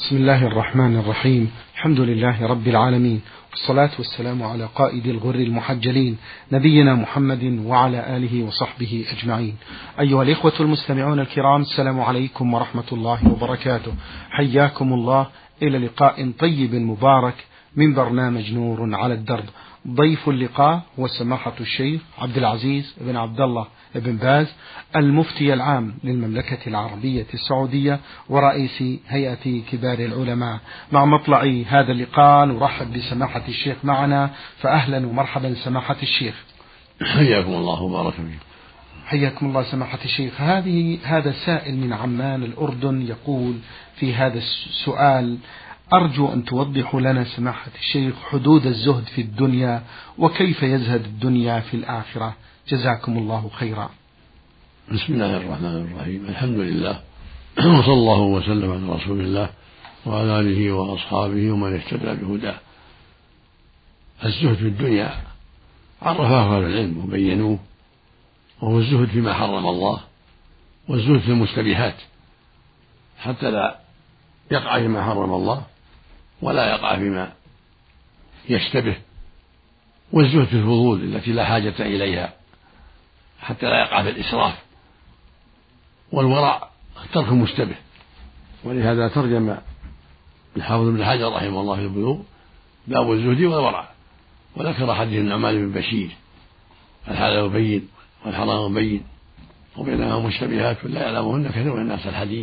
بسم الله الرحمن الرحيم. الحمد لله رب العالمين، والصلاة والسلام على قائد الغر المحجلين نبينا محمد وعلى آله وصحبه أجمعين. أيها الإخوة المستمعون الكرام، السلام عليكم ورحمة الله وبركاته. حياكم الله إلى لقاء طيب مبارك من برنامج نور على الدرب. ضيف اللقاء هو سماحة الشيخ عبد العزيز بن عبد الله بن باز، المفتي العام للمملكة العربية السعودية ورئيس هيئة كبار العلماء. مع مطلع هذا اللقاء نرحب بسماحة الشيخ معنا، فأهلا ومرحبا سماحة الشيخ. حياكم الله وبارك فيكم. حياكم الله سماحة الشيخ. هذا سائل من عمان الأردن يقول في هذا السؤال: أرجو أن توضحوا لنا سماحة الشيخ حدود الزهد في الدنيا، وكيف يزهد الدنيا في الآخرة، جزاكم الله خيرا. بسم الله الرحمن الرحيم. الحمد لله، وصلى الله وسلم على رسول الله وعلى آله وأصحابه ومن اهتدى بهداه. الزهد في الدنيا عرفه أهل العلم وبينوه، وهو الزهد فيما حرم الله، والزهد في المشتبهات حتى لا يقع فيما حرم الله ولا يقع فيما يشتبه، والزهد في الفضول التي لا حاجة إليها حتى لا يقع في الإسراف، والورع ترك المشتبه. ولهذا ترجم الحافظ بن حجر رحمه الله في البلوغ باب الزهد والورع، وذكر حديث النعمان بن بشير: الحلال بين والحرام بين وبينهما مشتبهات لا يعلمهن كثير من الناس الحديث.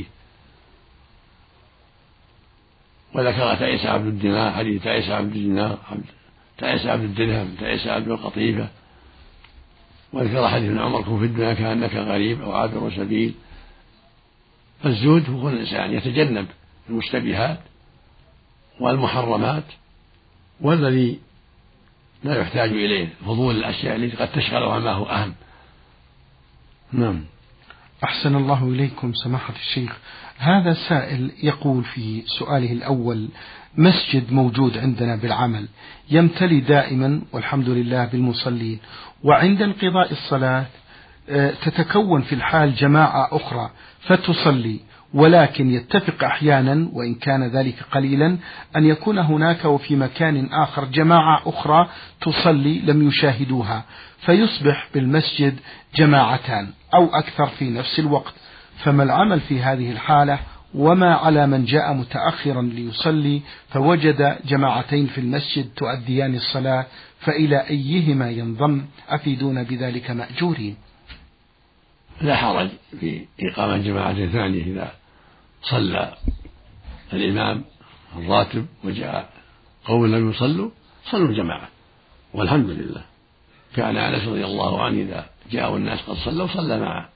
وذكر تعيس عبد الدينار، حديث تعيس عبد الدينار، تعيس عبد الدرهم، تعيس عبد القطيفة. وذكر حديث ابن عمر: كن في الدنيا كأنك غريب أو عابر سبيل. الزهد هو الإنسان يتجنب المشتبهات والمحرمات والذي لا يحتاج إليه، فضول الأشياء التي قد تشغلها ما هو أهم. نعم. أحسن الله إليكم سماحة الشيخ. هذا سائل يقول في سؤاله الأول: مسجد موجود عندنا بالعمل يمتلي دائما والحمد لله بالمصلين، وعند انقضاء الصلاة تتكون في الحال جماعة أخرى فتصلي، ولكن يتفق أحيانا وإن كان ذلك قليلا أن يكون هناك وفي مكان آخر جماعة أخرى تصلي لم يشاهدوها، فيصبح بالمسجد جماعتان أو أكثر في نفس الوقت. فما العمل في هذه الحالة؟ وما على من جاء متأخرا ليصلي فوجد جماعتين في المسجد تؤديان الصلاة، فإلى أيهما ينضم؟ أفيدون بذلك مأجورين. لا حرج في إقامة جماعة ثانية إذا صلى الإمام الراتب وجاء قوم لم يصلوا صلوا الجماعة، والحمد لله. كان أنس رضي الله عنه إذا جاءوا الناس قد صلوا صلى مع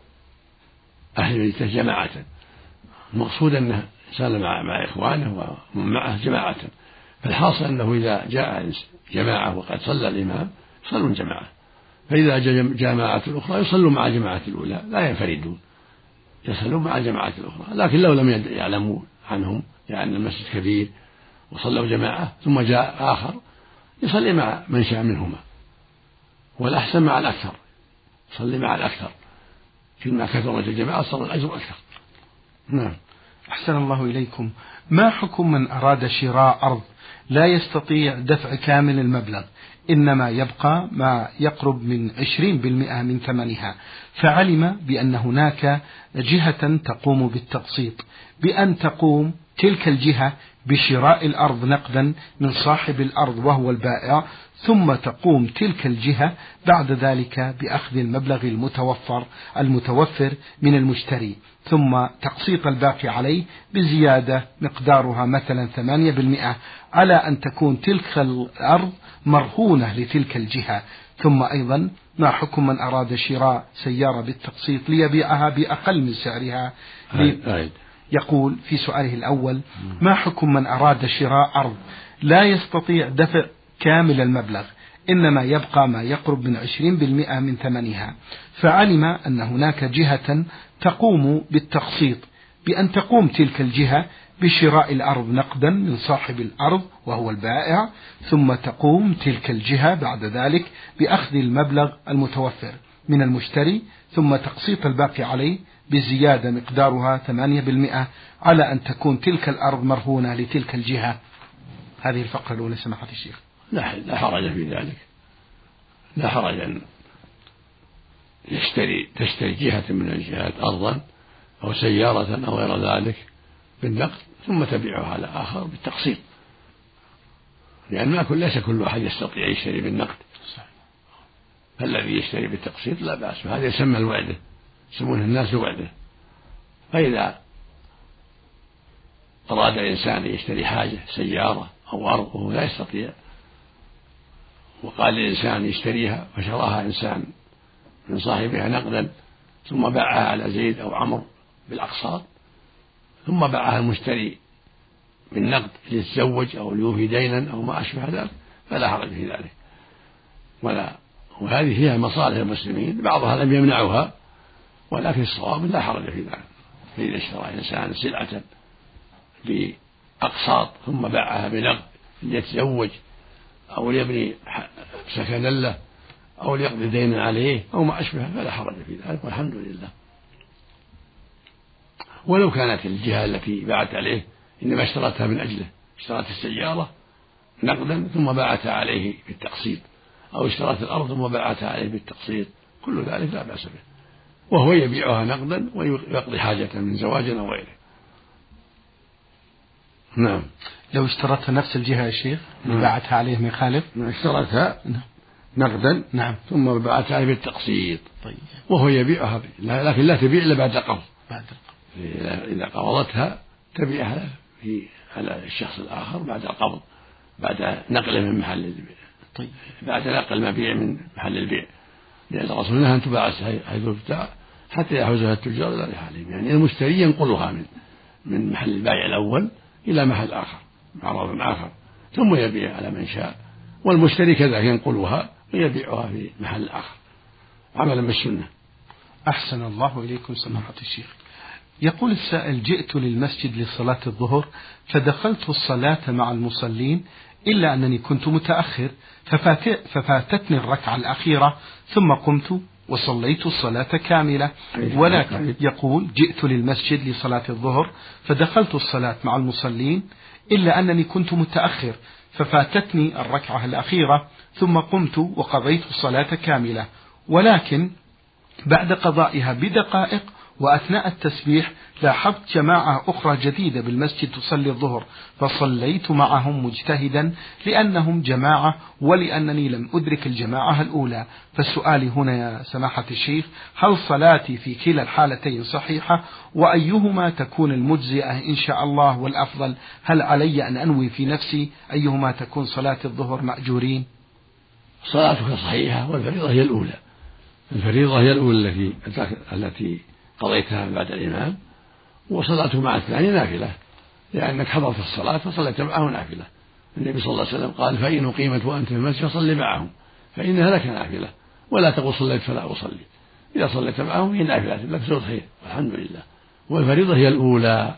أهل بيته جماعة. المقصود أنه صلى مع إخوانه ومن معه جماعة، فالحاصل أنه إذا جاء جماعة وقد صلى الإمام صلوا جماعة، فإذا جاء جماعة الأخرى يصلوا مع الجماعة الأولى، لا ينفردون، يصلون مع الجماعة الأخرى. لكن لو لم يعلموا عنهم يعني المسجد كبير وصلوا جماعة ثم جاء آخر يصلي مع من شاء منهما، والأحسن مع الأكثر، يصلي مع الأكثر، كلما كثرت الجماعة صار الأجر أكثر. نعم. أحسن الله إليكم. ما حكم من أراد شراء أرض لا يستطيع دفع كامل المبلغ، إنما يبقى ما يقرب من 20% من ثمنها، فعلم بأن هناك جهة تقوم بالتقسيط، بأن تقوم تلك الجهة بشراء الأرض نقدا من صاحب الأرض وهو البائع، ثم تقوم تلك الجهة بعد ذلك بأخذ المبلغ المتوفر من المشتري، ثم تقسيط الباقي عليه بزيادة مقدارها مثلا 8%، على أن تكون تلك الأرض مرهونة لتلك الجهة. ثم أيضا ما حكم من أراد شراء سيارة بالتقسيط ليبيعها بأقل من سعرها؟ يقول في سؤاله الأول: ما حكم من أراد شراء أرض لا يستطيع دفع كامل المبلغ، إنما يبقى ما يقرب من 20% من ثمنها، فعلم أن هناك جهة تقوم بالتقسيط، بأن تقوم تلك الجهة بشراء الأرض نقدا من صاحب الأرض وهو البائع، ثم تقوم تلك الجهة بعد ذلك بأخذ المبلغ المتوفر من المشتري، ثم تقسيط الباقي عليه بزيادة مقدارها 8% على أن تكون تلك الأرض مرهونة لتلك الجهة. هذه الفقرة الأولى سماحة الشيخ. لا حرج في ذلك، لا حرج أن تشتري جهة من الجهات أرضا أو سيارة أو غير ذلك بالنقد ثم تبيعها على آخر بالتقسيط، لأن ليس كل أحد يستطيع يشتري بالنقد، فالذي يشتري بالتقسيط لا بأس، هذا يسمى الوعدة، يسمونه الناس وعدة. فإذا أراد الإنسان يشتري حاجة سيارة أو أرض وهو لا يستطيع، وقال الإنسان يشتريها فشراها إنسان من صاحبها نقدا ثم باعها على زيد أو عمرو بالأقساط، ثم باعها المشتري بالنقد ليتزوج أو ليوفي دينا أو ما أشبه ذلك، فلا حرج في ذلك. وهذه فيها مصالح المسلمين، بعضها لم يمنعها، ولكن الصواب لا حرج في ذلك. فإذا اشترى إنسان سلعة بأقساط ثم باعها بنقد ليتزوج أو ليبني سكنا له أو ليقضي دينا عليه أو ما أشبه، فلا حرج في ذلك، والحمد لله. ولو كانت الجهة التي باعت عليه إنما اشترتها من أجله، اشترت السيارة نقدا ثم باعتها عليه بالتقسيط، أو اشترت الأرض ثم باعتها عليه بالتقسيط، كل ذلك لا بأس به، وهو يبيعها نقدا ويقضي حاجته من زواج أو غيره. نعم. لو اشترتها نفس الجهة يا شيخ باعتها عليه ما يخالف؟ اشترتها نقدا نعم ثم باعتها عليه بالتقسيط. طيب. وهو يبيعها لكن لا تبيع إلا بعد قبض. إذا قبضتها تبيعها على الشخص الآخر بعد القبض، بعد نقله من محل البيع. طيب. بعد نقل المبيع من محل البيع، لأن الرسول نهى أن تباع حيث تبتاع حتى يحوزها التجار إلى رحالهم، يعني المشتري ينقلها من محل البيع الأول إلى محل آخر معرض آخر ثم يبيع على من شاء، والمشتري كذلك ينقلها ويبيعها في محل آخر عملا بالسنة. أحسن الله إليكم سماحة الشيخ. يقول السائل: جئت للمسجد لصلاة الظهر فدخلت الصلاة مع المصلين إلا أنني كنت متأخر ففاتتني الركعة الأخيرة ثم قمت وصليت الصلاة كاملة. ولكن يقول: جئت للمسجد لصلاة الظهر فدخلت الصلاة مع المصلين إلا أنني كنت متأخر ففاتتني الركعة الأخيرة ثم قمت وقضيت الصلاة كاملة، ولكن بعد قضائها بدقائق وأثناء التسبيح لاحظت جماعة أخرى جديدة بالمسجد تصلي الظهر فصليت معهم مجتهدا لأنهم جماعة ولأنني لم أدرك الجماعة الأولى. فالسؤال هنا يا سماحة الشيخ: هل صلاتي في كلا الحالتين صحيحة؟ وأيهما تكون المجزئة إن شاء الله والأفضل؟ هل علي أن أنوي في نفسي أيهما تكون صلاة الظهر مأجورين؟ صلاتك صحيحة، والفريضة هي الأولى. الفريضة هي الأولى التي قضيتها بعد الإمام، وصلاته مع الثاني نافلة، لأنك حضرت الصلاة فصليت معه نافلة. النبي صلى الله عليه وسلم قال: فإن أقيمت وأنت في المسجد فصل معهم فإنها لك نافلة، ولا تقل صليت فلا أصلي. إذا صليت معهم هي نافلة لك زود خير، والحمد لله. والفريضة هي الأولى.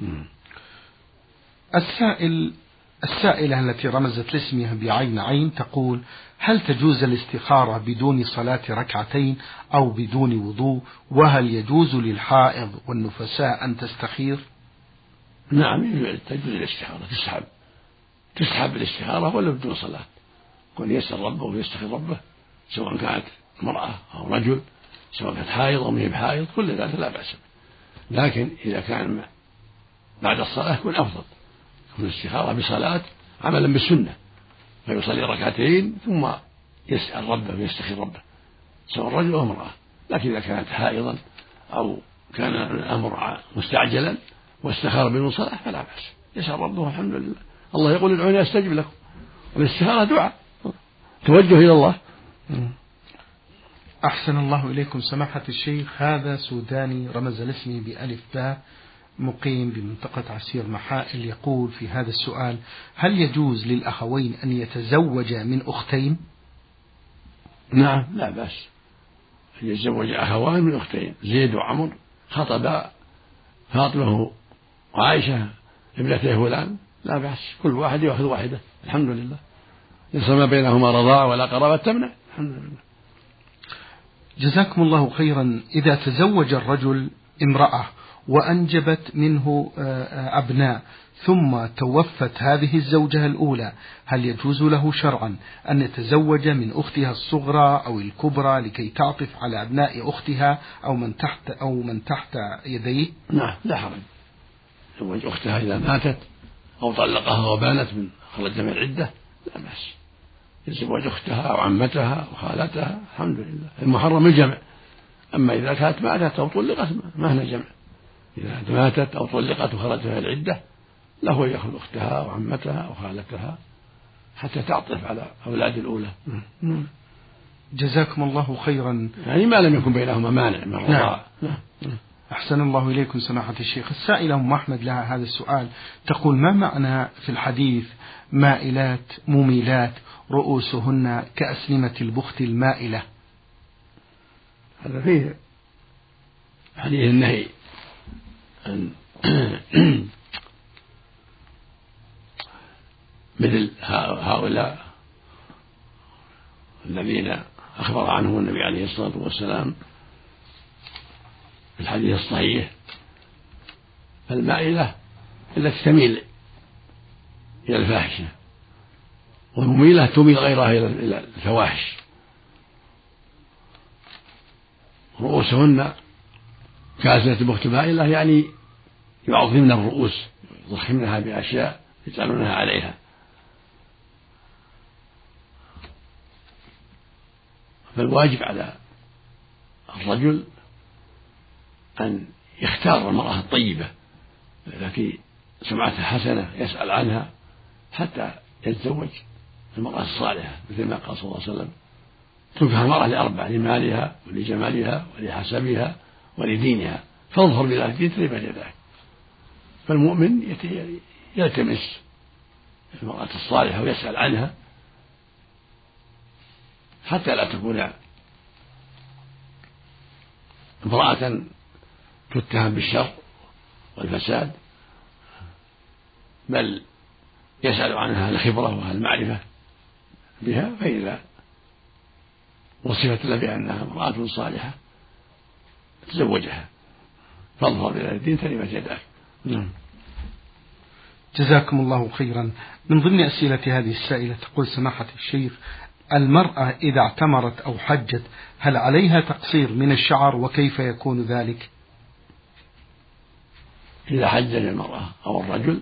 السائلة التي رمزت لاسمها بعين عين تقول: هل تجوز الاستخارة بدون صلاة ركعتين أو بدون وضوء؟ وهل يجوز للحائض والنفساء أن تستخير؟ نعم تجوز الاستخارة، تسحب الاستخارة ولا بدون صلاة، كون يسأل ربه ويستخير ربه، سواء كانت امرأة أو رجل، سواء كانت حائض أو مهي بحائض، كل ذلك لا بأس به. لكن إذا كان بعد الصلاة يكون أفضل، يكون الاستخارة بصلاة عملا بالسنة، فيصلي ركعتين ثم يسأل ربه ويستخير ربه، سواء رجل أو امرأة. لكن إذا كانت حائضا أو كان الأمر مستعجلا واستخار بدون صلاة فلا بأس، يسأل ربه الحمد لله. الله يقول: ادعوني أستجب لكم. والاستخارة دعاء، توجه إلى الله. أحسن الله إليكم سماحة الشيخ. هذا سوداني رمز لاسمه بألف باء، مقيم بمنطقة عسير محائل، يقول في هذا السؤال: هل يجوز للأخوين أن يتزوجا من أختين؟ نعم لا بأس أن يتزوج أخوان من أختين. زيد وعمر خطبا فاطمة وعائشة ابنتي فلان، لا بأس، كل واحد يأخذ واحدة، الحمد لله. ليس ما بينهما رضاع ولا قرابة تمنع، الحمد لله. جزاكم الله خيرا. إذا تزوج الرجل امرأة وأنجبت منه أبناء ثم توفت هذه الزوجة الأولى، هل يجوز له شرعا أن يتزوج من أختها الصغرى أو الكبرى لكي تعطف على أبناء أختها أو من تحت يديه؟ نعم، لا حرج. تزوج أختها إذا ماتت أو طلقها وبانت من خرج من العدة لا بأس. يتزوج أختها أو عمتها أو خالتها، الحمد لله. المحرم الجمع. أما إذا كانت ماتت أو طلقت ما هنا جمع. إذا ماتت أو طلقت وخرجت من العدة له يأخذ أختها أو عمتها أو خالتها حتى تعطف على أولاد الأولى. جزاكم الله خيرا. يعني ما لم يكن بينهما مانع من الرضاعة. أحسن الله إليكم سماحة الشيخ. السائلة أم أحمد لها هذا السؤال، تقول: ما معنى في الحديث مائلات مميلات رؤوسهن كأسنمة البخت المائلة؟ هذا فيه حديث النهي عن مثل هؤلاء الذين أخبر عنهم النبي عليه الصلاة والسلام في الحديث الصحيح: المائلة التي تميل إلى الفاحشة، والمميلة تميل غيرها إلى الفواحش. رؤوسهن كأسنمة البخت المائلة، يعني يعظمن الرؤوس، يضخمنها بأشياء يجعلونها عليها. فالواجب على الرجل أن يختار المرأة الطيبة التي سمعتها حسنة يسأل عنها حتى يتزوج المرأة الصالحة، مثل ما قال صلى الله عليه وسلم: تنكح المرأة لأربع: لمالها ولجمالها ولحسبها ولدينها، فاظفر بذات الدين تربت يداك. فالمؤمن يلتمس المرأة الصالحة ويسأل عنها حتى لا تكون امرأة تتهم بالشر والفساد، بل يسأل عنها الخبرة والمعرفة بها، فإذا وصفت له بأنها امرأة صالحة تزوجها، فاظفر بذات الدين تربت يداك. جزاكم الله خيرا. من ضمن أسئلة هذه السائلة تقول: سماحة الشيخ، المرأة إذا اعتمرت أو حجت هل عليها تقصير من الشعر، وكيف يكون ذلك؟ إذا حج المرأة أو الرجل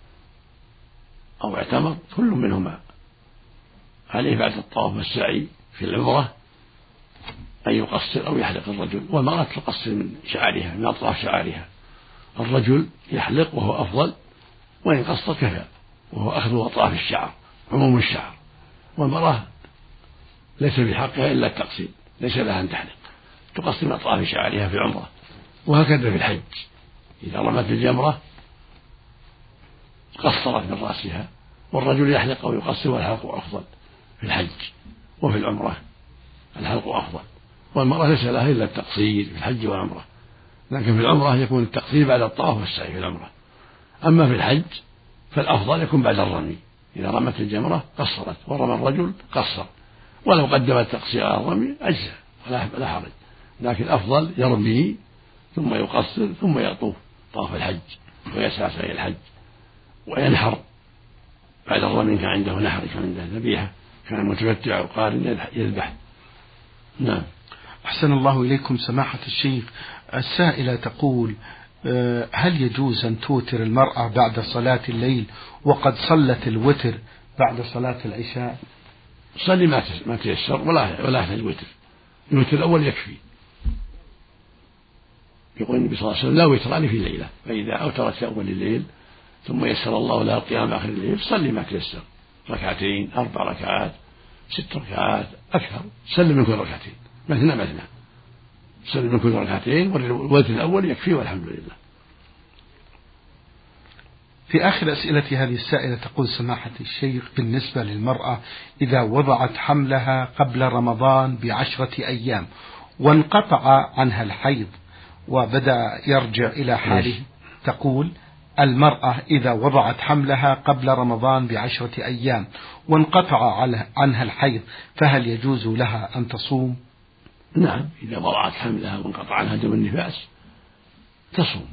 أو اعتمر كل منهما عليه بعد الطواف والسعي في العمرة أن يقصر أو يحلق الرجل، والمرأة تقصر من شعرها، من أطراف شعرها. الرجل يحلق وهو أفضل، وإن قصر كفى، وهو أخذ أطراف الشعر عموم الشعر. والمرأة ليس بحقها إلا التقصير، ليس لها أن تحلق، تقصر من أطراف شعرها في العمرة. وهكذا في الحج، إذا رمت الجمرة قصرت من رأسها، والرجل يحلق أو يقصر، والحلق أفضل في الحج. وفي العمرة الحلق أفضل، والمرأة ليس لها إلا التقصير في الحج والعمرة، لكن في العمرة يكون التقصير بعد الطواف والسعي في العمرة. أما في الحج فالأفضل يكون بعد الرمي، إذا رمت الجمرة قصرت، ورمى الرجل قصر، ولو قدم التقصير على الرمي أجزى ولا حرج، لكن الأفضل يرمي ثم يقصر ثم يطوف طواف الحج ويسعى سعي الحج وينحر بعد الرمي. كان عنده نحر، كان عنده ذبيحة، كان متمتع وقارن يذبح. نعم. أحسن الله إليكم سماحة الشيخ. السائلة تقول: هل يجوز أن توتر المرأة بعد صلاة الليل وقد صلت الوتر بعد صلاة العشاء؟ صلي ما تيسر ولا يحتاج وتر، الوتر الأول يكفي. يقول النبي صلى الله عليه وسلم: لا وتران في ليلة، فإذا أوترت في أول الليل ثم يسر الله لها القيام آخر الليل صلي ما تيسر، 2 4 ركعات 6 ركعات أكثر، سلم من كل ركعتين، مثنى سلم من كل ركعتين، والوتر الأول يكفي والحمد لله. في آخر أسئلة هذه السائلة تقول: سماحة الشيخ، بالنسبة للمرأة إذا وضعت حملها قبل رمضان ب10 أيام وانقطع عنها الحيض وبدأ يرجع إلى حاله، تقول: المرأة إذا وضعت حملها قبل رمضان ب10 أيام وانقطع عنها الحيض، فهل يجوز لها أن تصوم؟ نعم، إذا وضعت حملها وانقطع عنها دم النفاس تصوم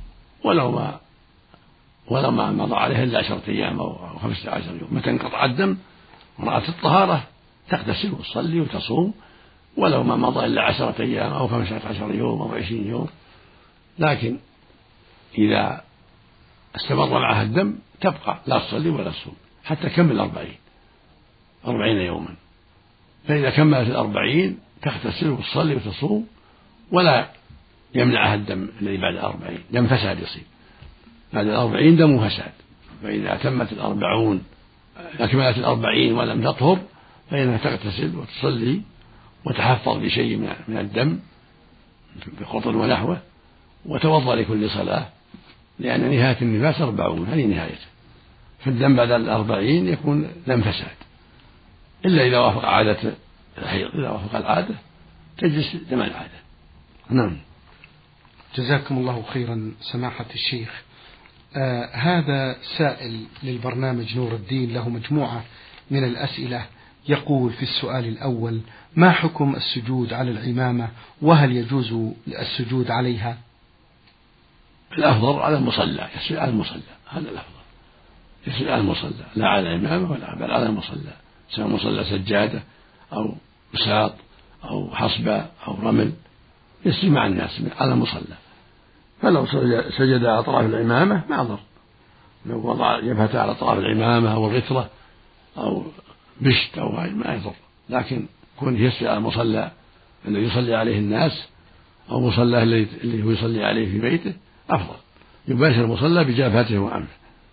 ولو ما مضى عليها إلا 10 أيام أو 15 يوم. متى انقطع الدم ورأت الطهارة تغتسل وتصلي وتصوم ولو ما مضى إلا 10 أيام أو 15 يوم أو 20 يوم. لكن إذا استمر معها الدم تبقى لا تصلي ولا تصوم حتى تكمل 40 يوما. فإذا كملت 40 تغتسل وتصلي وتصوم ولا يمنعها الدم الذي بعد 40. دم فساد يصير بعد 40 دم فساد. فإذا تمت 40 أكملت 40 ولم تطهر فإنها تغتسل وتصلي وتحفظ بشيء من الدم بقطن ونحوه وتوضأ لكل صلاة، لأن نهاية النفاس 40 هذه نهايته. فالدم بعد 40 يكون دم فساد، إلا إذا وافق عادة الحيض. إذا وافق العادة تجلس دم العادة. نعم. جزاكم الله خيرا سماحة الشيخ. هذا سائل للبرنامج نور الدين له مجموعة من الأسئلة، يقول في السؤال الأول: ما حكم السجود على العمامة وهل يجوز السجود عليها؟ الأفضل على المصلى، يسجد على المصلى، هذا الأفضل، يسجد على المصلى لا على العمامة ولا بل على المصلى، سواء مصلى سجادة أو بساط أو حصبة أو رمل، يسجد مع الناس على المصلى. فلو سجد على أطراف العمامة ما ضر، لو وضع جبهته على أطراف العمامة أو الغترة أو بشت أو غير ما يضر، لكن كون يسجد على المصلى الذي يصلي عليه الناس أو مصلى اللي هو يصلي عليه في بيته أفضل، يباشر المصلى بجبهته وأنفه.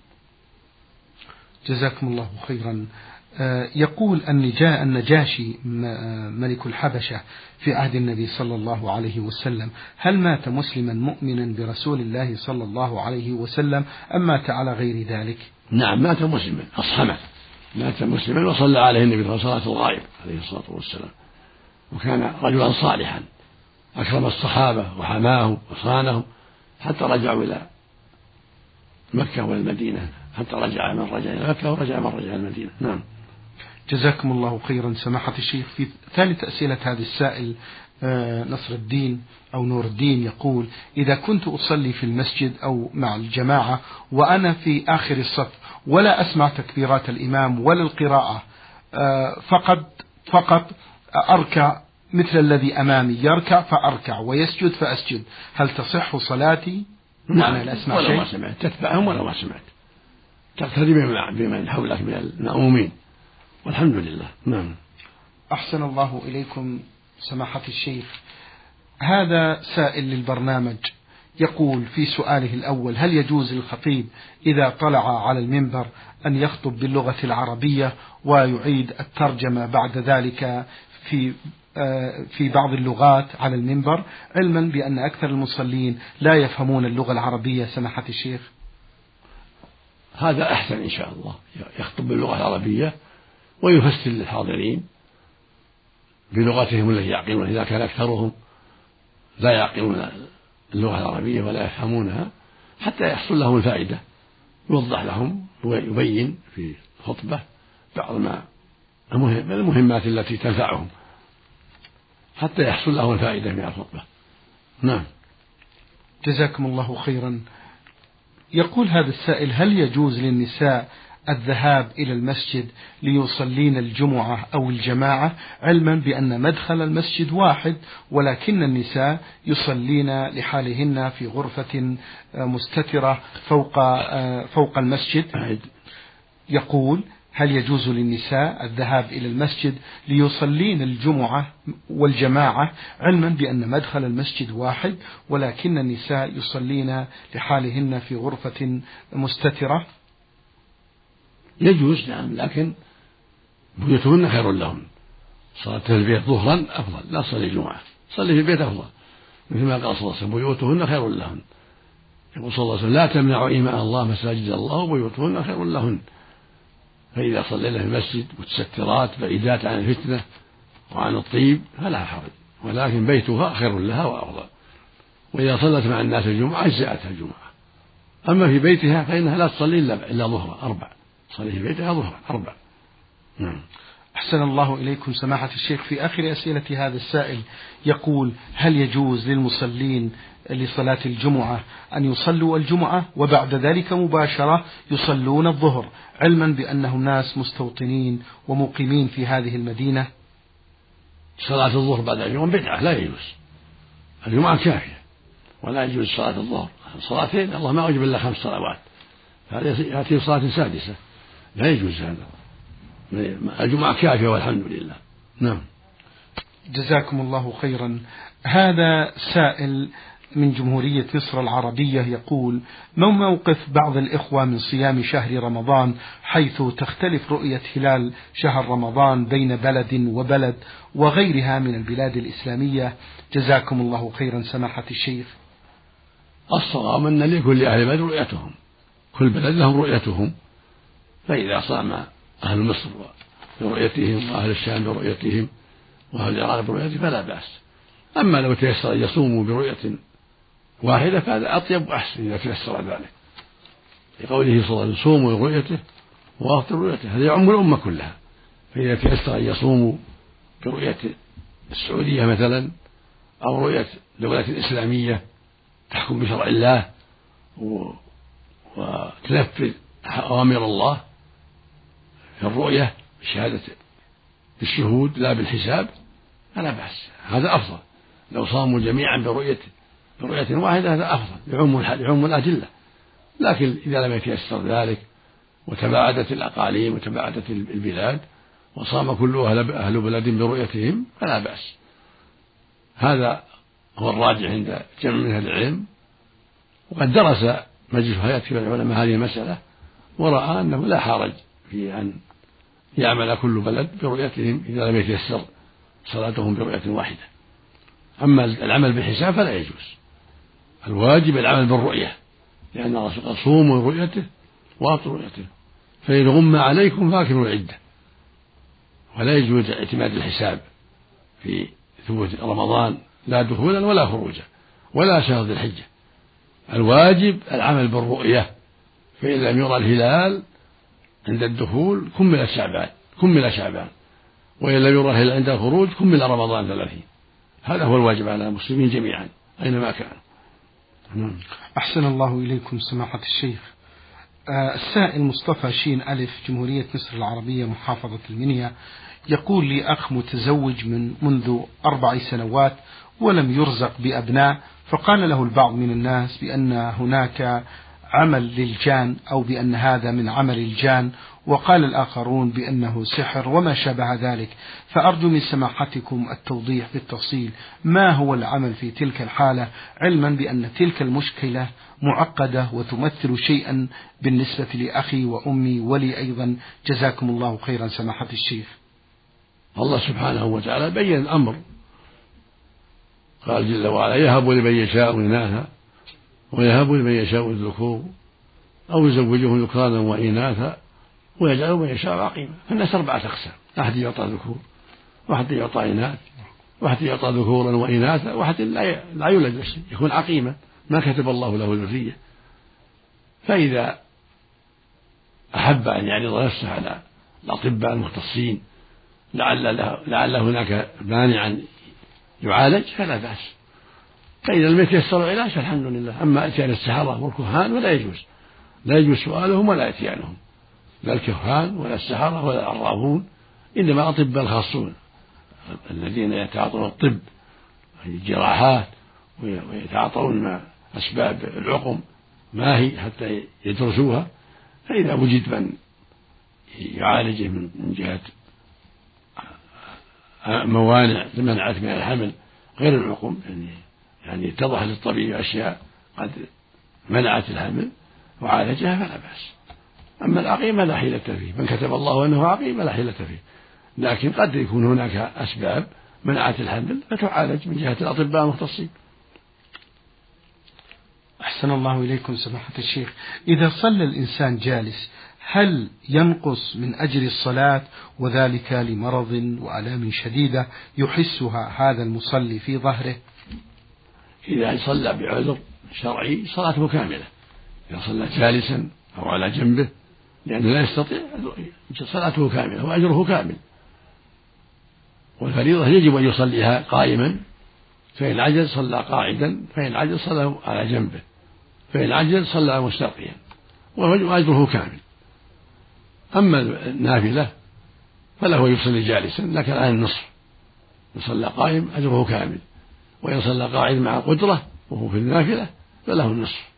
جزاكم الله خيرا. يقول النجاشي ملك الحبشة في عهد النبي صلى الله عليه وسلم، هل مات مسلما مؤمنا برسول الله صلى الله عليه وسلم أم مات على غير ذلك؟ نعم، مات مسلما، أصحمه، مات مسلما وصلى عليه النبي صلى الله عليه وسلم صلاة الغائب عليه الصلاة والسلام، وكان رجلا صالحا أكرم الصحابة وحماهم وصانهم حتى رجعوا إلى مكة والمدينة، حتى رجع من رجع إلى مكة ورجع من رجع إلى المدينة. نعم. جزاكم الله خيرا سماحة الشيخ. في ثالث أسئلة هذا السائل نصر الدين أو نور الدين يقول: إذا كنت أصلي في المسجد أو مع الجماعة وأنا في آخر الصف ولا أسمع تكبيرات الإمام ولا القراءة، فقط أركع مثل الذي أمامي، يركع فأركع ويسجد فأسجد، هل تصح صلاتي؟ نعم، ولو ما سمعت تتبعهم ولو ما سمعت، تقتدي بمن حولك من المأمومين، والحمد لله. نعم. أحسن الله إليكم سماحة الشيخ. هذا سائل للبرنامج يقول في سؤاله الأول: هل يجوز للخطيب إذا طلع على المنبر أن يخطب باللغة العربية ويعيد الترجمة بعد ذلك في بعض اللغات على المنبر، علما بأن أكثر المصلين لا يفهمون اللغة العربية سماحة الشيخ؟ هذا أحسن إن شاء الله، يخطب باللغة العربية ويفسر للحاضرين بلغتهم التي يعقلون، إذا كان أكثرهم لا يعقلون اللغة العربية ولا يفهمونها، حتى يحصل لهم الفائدة، يوضح لهم ويبين في الخطبة بعض المهمات التي تنفعهم حتى يحصل لهم الفائدة من الخطبة. نعم. جزاكم الله خيرا. يقول هذا السائل: هل يجوز للنساء الذهاب إلى المسجد ليصلين الجمعة أو الجماعة، علما بأن مدخل المسجد واحد ولكن النساء يصلين لحالهن في غرفة مستترة فوق المسجد؟ يقول: هل يجوز للنساء الذهاب إلى المسجد ليصلين الجمعة والجماعة، علما بأن مدخل المسجد واحد ولكن النساء يصلين لحالهن في غرفة مستترة؟ يجوز، نعم، لكن بيوتهن خير لهن. صلاة في البيت ظهرا أفضل، لا تصلي الجمعة، صلي في البيت أفضل، مثل ما قال صلى الله عليه وسلم: بيوتهن خير لهن. يقول صلى الله عليه وسلم: لا تمنعوا إيماء الله مساجد الله وبيوتهن خير لهن. فإذا صلينا في المسجد متسترات بعيدات عن الفتنة وعن الطيب فلا حرج، ولكن بيتها خير لها وأفضل. وإذا صلت مع الناس الجمعة أجزأتها الجمعة. أما في بيتها فإنها لا تصلي إلا ظهرا 4، تصلي في بيتها ظهرا 4. نعم. أحسن الله إليكم سماحة الشيخ. في آخر أسئلة هذا السائل يقول: هل يجوز للمصلين لصلاة الجمعة أن يصلوا الجمعة وبعد ذلك مباشرة يصلون الظهر، علما بأنهم ناس مستوطنين ومقيمين في هذه المدينة؟ صلاة الظهر بعد الجمعة بدعة، لا يجوز. الجمعة كافية ولا يجوز صلاة الظهر. صلاتين، الله ما أوجب إلا 5 صلوات، هذا يأتي صلاة سادسة، لا يجوز هذا. الجمعة كافية والحمد لله. نعم. جزاكم الله خيرا. هذا سائل من جمهورية مصر العربية يقول: ما موقف بعض الإخوة من صيام شهر رمضان، حيث تختلف رؤية هلال شهر رمضان بين بلد وبلد وغيرها من البلاد الإسلامية؟ جزاكم الله خيرا سماحة الشيخ. الصواب أن لكل أهل بلد رؤيتهم، كل بلد لهم رؤيتهم، فإذا صام أهل مصر برؤيتهم وأهل الشام برؤيتهم وأهل العراق برؤيتهم فلا بأس. أما لو تيسر أن يصوموا برؤية واحدة فهذا أطيب وأحسن إذا تيسر ذلك، لقوله صلى الله عليه وسلم: صوموا برؤيته وأفطروا برؤيته، هذا يعم الأمة كلها. فإذا تيسر أن يصوموا برؤية السعودية مثلا أو رؤية دولة إسلامية تحكم بشرع الله وتنفذ أوامر الله في الرؤية بشهادة بالشهود لا بالحساب فلا بأس، هذا أفضل. لو صاموا جميعا برؤية واحدة هذا أفضل، يعم الأدلة. لكن إذا لم يتيسر ذلك وتباعدت الأقاليم وتباعدت البلاد وصام كل أهل بلد برؤيتهم فلا بأس. هذا هو الراجح عند جمع من أهل العلم. وقد درس مجلس هيئة كبار العلماء هذه المسألة ورأى أنه لا حرج في أن يعمل كل بلد برؤيتهم إذا لم يتيسر صلاتهم برؤية واحدة. أما العمل بالحساب فلا يجوز، الواجب العمل بالرؤية، لأن الرسول قال: صوموا برؤيته وأفطروا برؤيته، فإن غم عليكم فأكملوا العدة. ولا يجوز اعتماد الحساب في ثبوت رمضان، لا دخولا ولا خروجا ولا شهر ذي الحجة. الواجب العمل بالرؤية، فإن لم يرى الهلال عند الدخول كمل شعبان، وإن لم يرى الهلال عند الخروج كمل رمضان 30. هذا هو الواجب على المسلمين جميعا أينما كانوا. أحسن الله إليكم سماحة الشيخ. السائل مصطفى شين ألف، جمهورية مصر العربية، محافظة المنيا، يقول: لي أخ متزوج منذ 4 سنوات ولم يرزق بأبناء، فقال له البعض من الناس بأن هناك عمل للجان أو بأن هذا من عمل الجان، وقال الآخرون بأنه سحر وما شابه ذلك، فأرجو من سماحتكم التوضيح بالتفصيل ما هو العمل في تلك الحالة، علما بأن تلك المشكلة معقدة وتمثل شيئا بالنسبة لأخي وأمي ولي أيضا. جزاكم الله خيرا سماحة الشيخ. الله سبحانه وتعالى بين الأمر، قال جل وعلا: يهب لمن يشاء إناثا ويهب لمن يشاء الذكور أو يزوجهم ذكرانا وإناثا ويجعل من يشاء عقيما. فالناس 4 أقسام: واحد يعطى ذكور، واحد يعطى إناث، واحد يعطى ذكورا وإناثا، واحد لا يولد شيء، يكون عقيما ما كتب الله له الذرية. فإذا أحب أن يعرض نفسه على الأطباء المختصين لعل هناك مانعا يعالج فلا بأس، فإذا لم يتيسر العلاج فالحمد لله. أما إتيان السحرة والكهان ولا يجوز، لا يجوز سؤالهم ولا إتيانهم، لا الكهان ولا السحرة ولا العرافون، إنما أطباء الخاصون الذين يتعاطون الطب الجراحات ويتعاطون أسباب العقم ما هي حتى يدرسوها. فإذا وجد من يعالجه من جهة موانع منعت من الحمل غير العقم، يعني اتضح للطبيب أشياء قد منعت الحمل وعالجها فلا بأس. أما العقيمة لا حيلة فيه، من كتب الله أنه عقيم لا حيلة فيه، لكن قد يكون هناك أسباب منعت الحمل فتعالج من جهة الأطباء المختصين. أحسن الله إليكم سماحة الشيخ. إذا صلى الإنسان جالس هل ينقص من أجر الصلاة، وذلك لمرض وآلام شديدة يحسها هذا المصلي في ظهره؟ إذا صلى بعذر شرعي صلاته كاملة، إذا صلى جالسا أو على جنبه لأنه لا يستطيع صلاته كاملة وأجره كامل. والفريضة يجب أن يصليها قائما، فإن عجز صلى قاعدا، فإن عجز صلى على جنبه، فإن عجز صلى مستلقيا وأجره كامل. أما النافلة فله يصلي جالسا لكن على النصف، إن صلى قائم أجره كامل، وإن صلى قاعد مع قدرة وهو في النافلة فله النصف.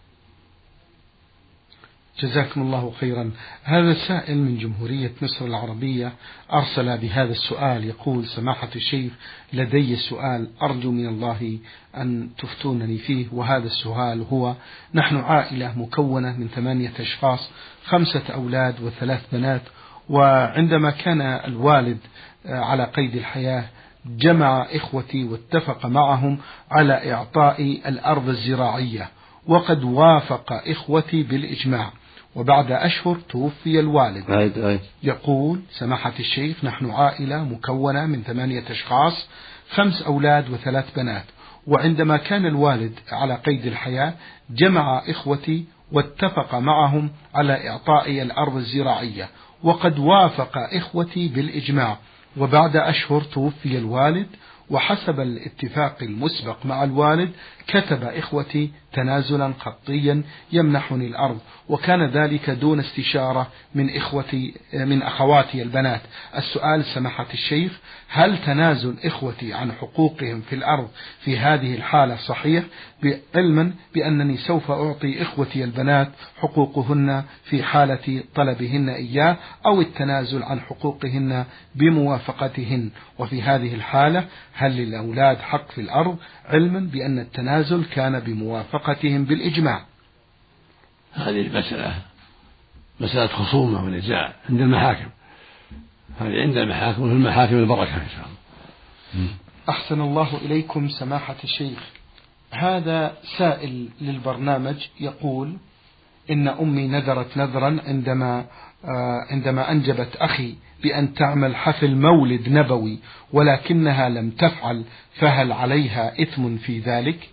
جزاكم الله خيرا. هذا سائل من جمهورية مصر العربية أرسل بهذا السؤال، يقول: سماحة الشيخ، لدي سؤال أرجو من الله أن تفتونني فيه. وهذا السؤال هو: نحن عائلة مكونة من 8 أشخاص، 5 أولاد و3 بنات، وعندما كان الوالد على قيد الحياة جمع إخوتي واتفق معهم على إعطاء الأرض الزراعية، وقد وافق إخوتي بالإجماع، وبعد أشهر توفي الوالد. يقول: سماحة الشيخ، نحن عائلة مكونة من 8 أشخاص، 5 أولاد و3 بنات، وعندما كان الوالد على قيد الحياة جمع إخوتي واتفق معهم على إعطاء الأرض الزراعية، وقد وافق إخوتي بالإجماع، وبعد أشهر توفي الوالد، وحسب الاتفاق المسبق مع الوالد كتب إخوتي تنازلا خطيا يمنحني الأرض، وكان ذلك دون استشارة من أخواتي البنات. السؤال سماحة الشيخ: هل تنازل إخوتي عن حقوقهم في الأرض في هذه الحالة صحيح، علما بأنني سوف أعطي إخوتي البنات حقوقهن في حالة طلبهن إياه، أو التنازل عن حقوقهن بموافقتهن؟ وفي هذه الحالة هل للأولاد حق في الأرض، علما بأن التنازل كان بموافقتهم بالإجماع؟ هذه مسألة خصومة ونزاع عند المحاكم، هذه عند المحاكم، وفي المحاكم البركة إن شاء الله. أحسن الله إليكم سماحة الشيخ. هذا سائل للبرنامج يقول: إن أمي نذرت نذرا عندما أنجبت أخي بأن تعمل حفل مولد نبوي، ولكنها لم تفعل، فهل عليها إثم في ذلك؟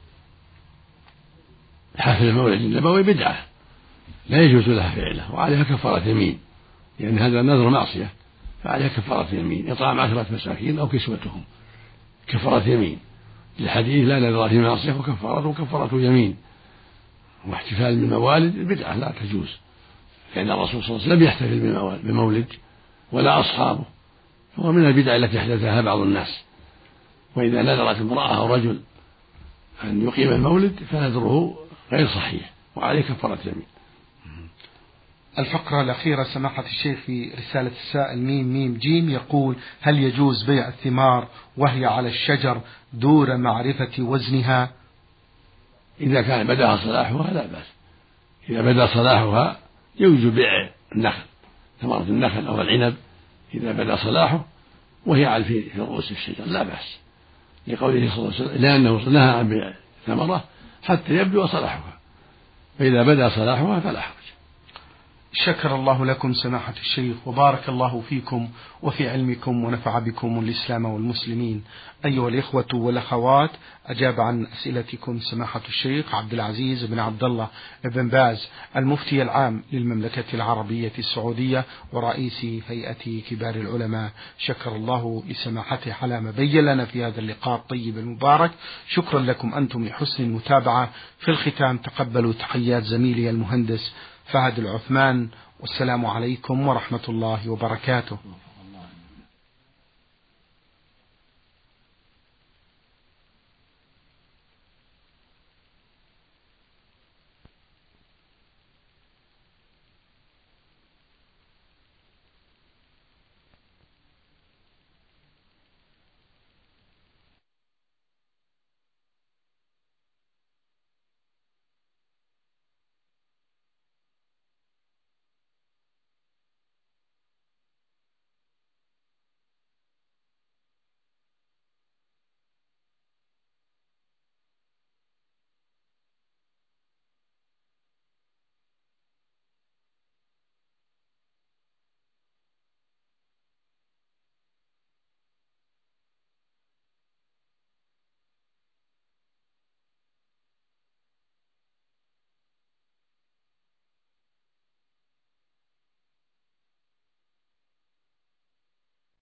حفل المولد النبوي بدعة لا يجوز لها فعله، وعليها كفارة يمين، لأن هذا نذر معصية، فعليها كفارة يمين، إطعام 10 مساكين أو كسوتهم، كفارة يمين، للحديث: لا نذر في معصية وكفارة يمين. واحتفال بالموالد بدعة لا تجوز، لأن الرسول صلى الله عليه وسلم لم يحتفل بمولد ولا أصحابه، هو من البدع التي أحدثها بعض الناس. وإذا نذرت امرأة أو رجل أن يقيم المولد فنذره غير صحيح، وعليه كفارة يمين. الفقرة الأخيرة سماحة الشيخ في رسالة السائل ميم جيم، يقول: هل يجوز بيع الثمار وهي على الشجر دون معرفة وزنها؟ إذا كان بدأ صلاحها لا بأس، إذا بدأ صلاحها يجوز بيع النخل، ثمرة النخل أو العنب إذا بدأ صلاحه وهي في رؤوس الشجر لا بأس، لقوله صلى الله عليه وسلم: لأنه نهى عن بيع ثمرة حتى يبدو صلاحها، فإذا بدأ صلاحها فلا حرج. شكر الله لكم سماحة الشيخ، وبارك الله فيكم وفي علمكم، ونفع بكم الإسلام والمسلمين. أيها الإخوة والأخوات، أجاب عن أسئلتكم سماحة الشيخ عبد العزيز بن عبد الله بن باز، المفتي العام للمملكة العربية السعودية ورئيس هيئة كبار العلماء. شكر الله لسماحته على ما بين لنا في هذا اللقاء الطيب المبارك. شكرا لكم أنتم لحسن المتابعة. في الختام تقبلوا تحيات زميلي المهندس فهد العثمان، والسلام عليكم ورحمة الله وبركاته.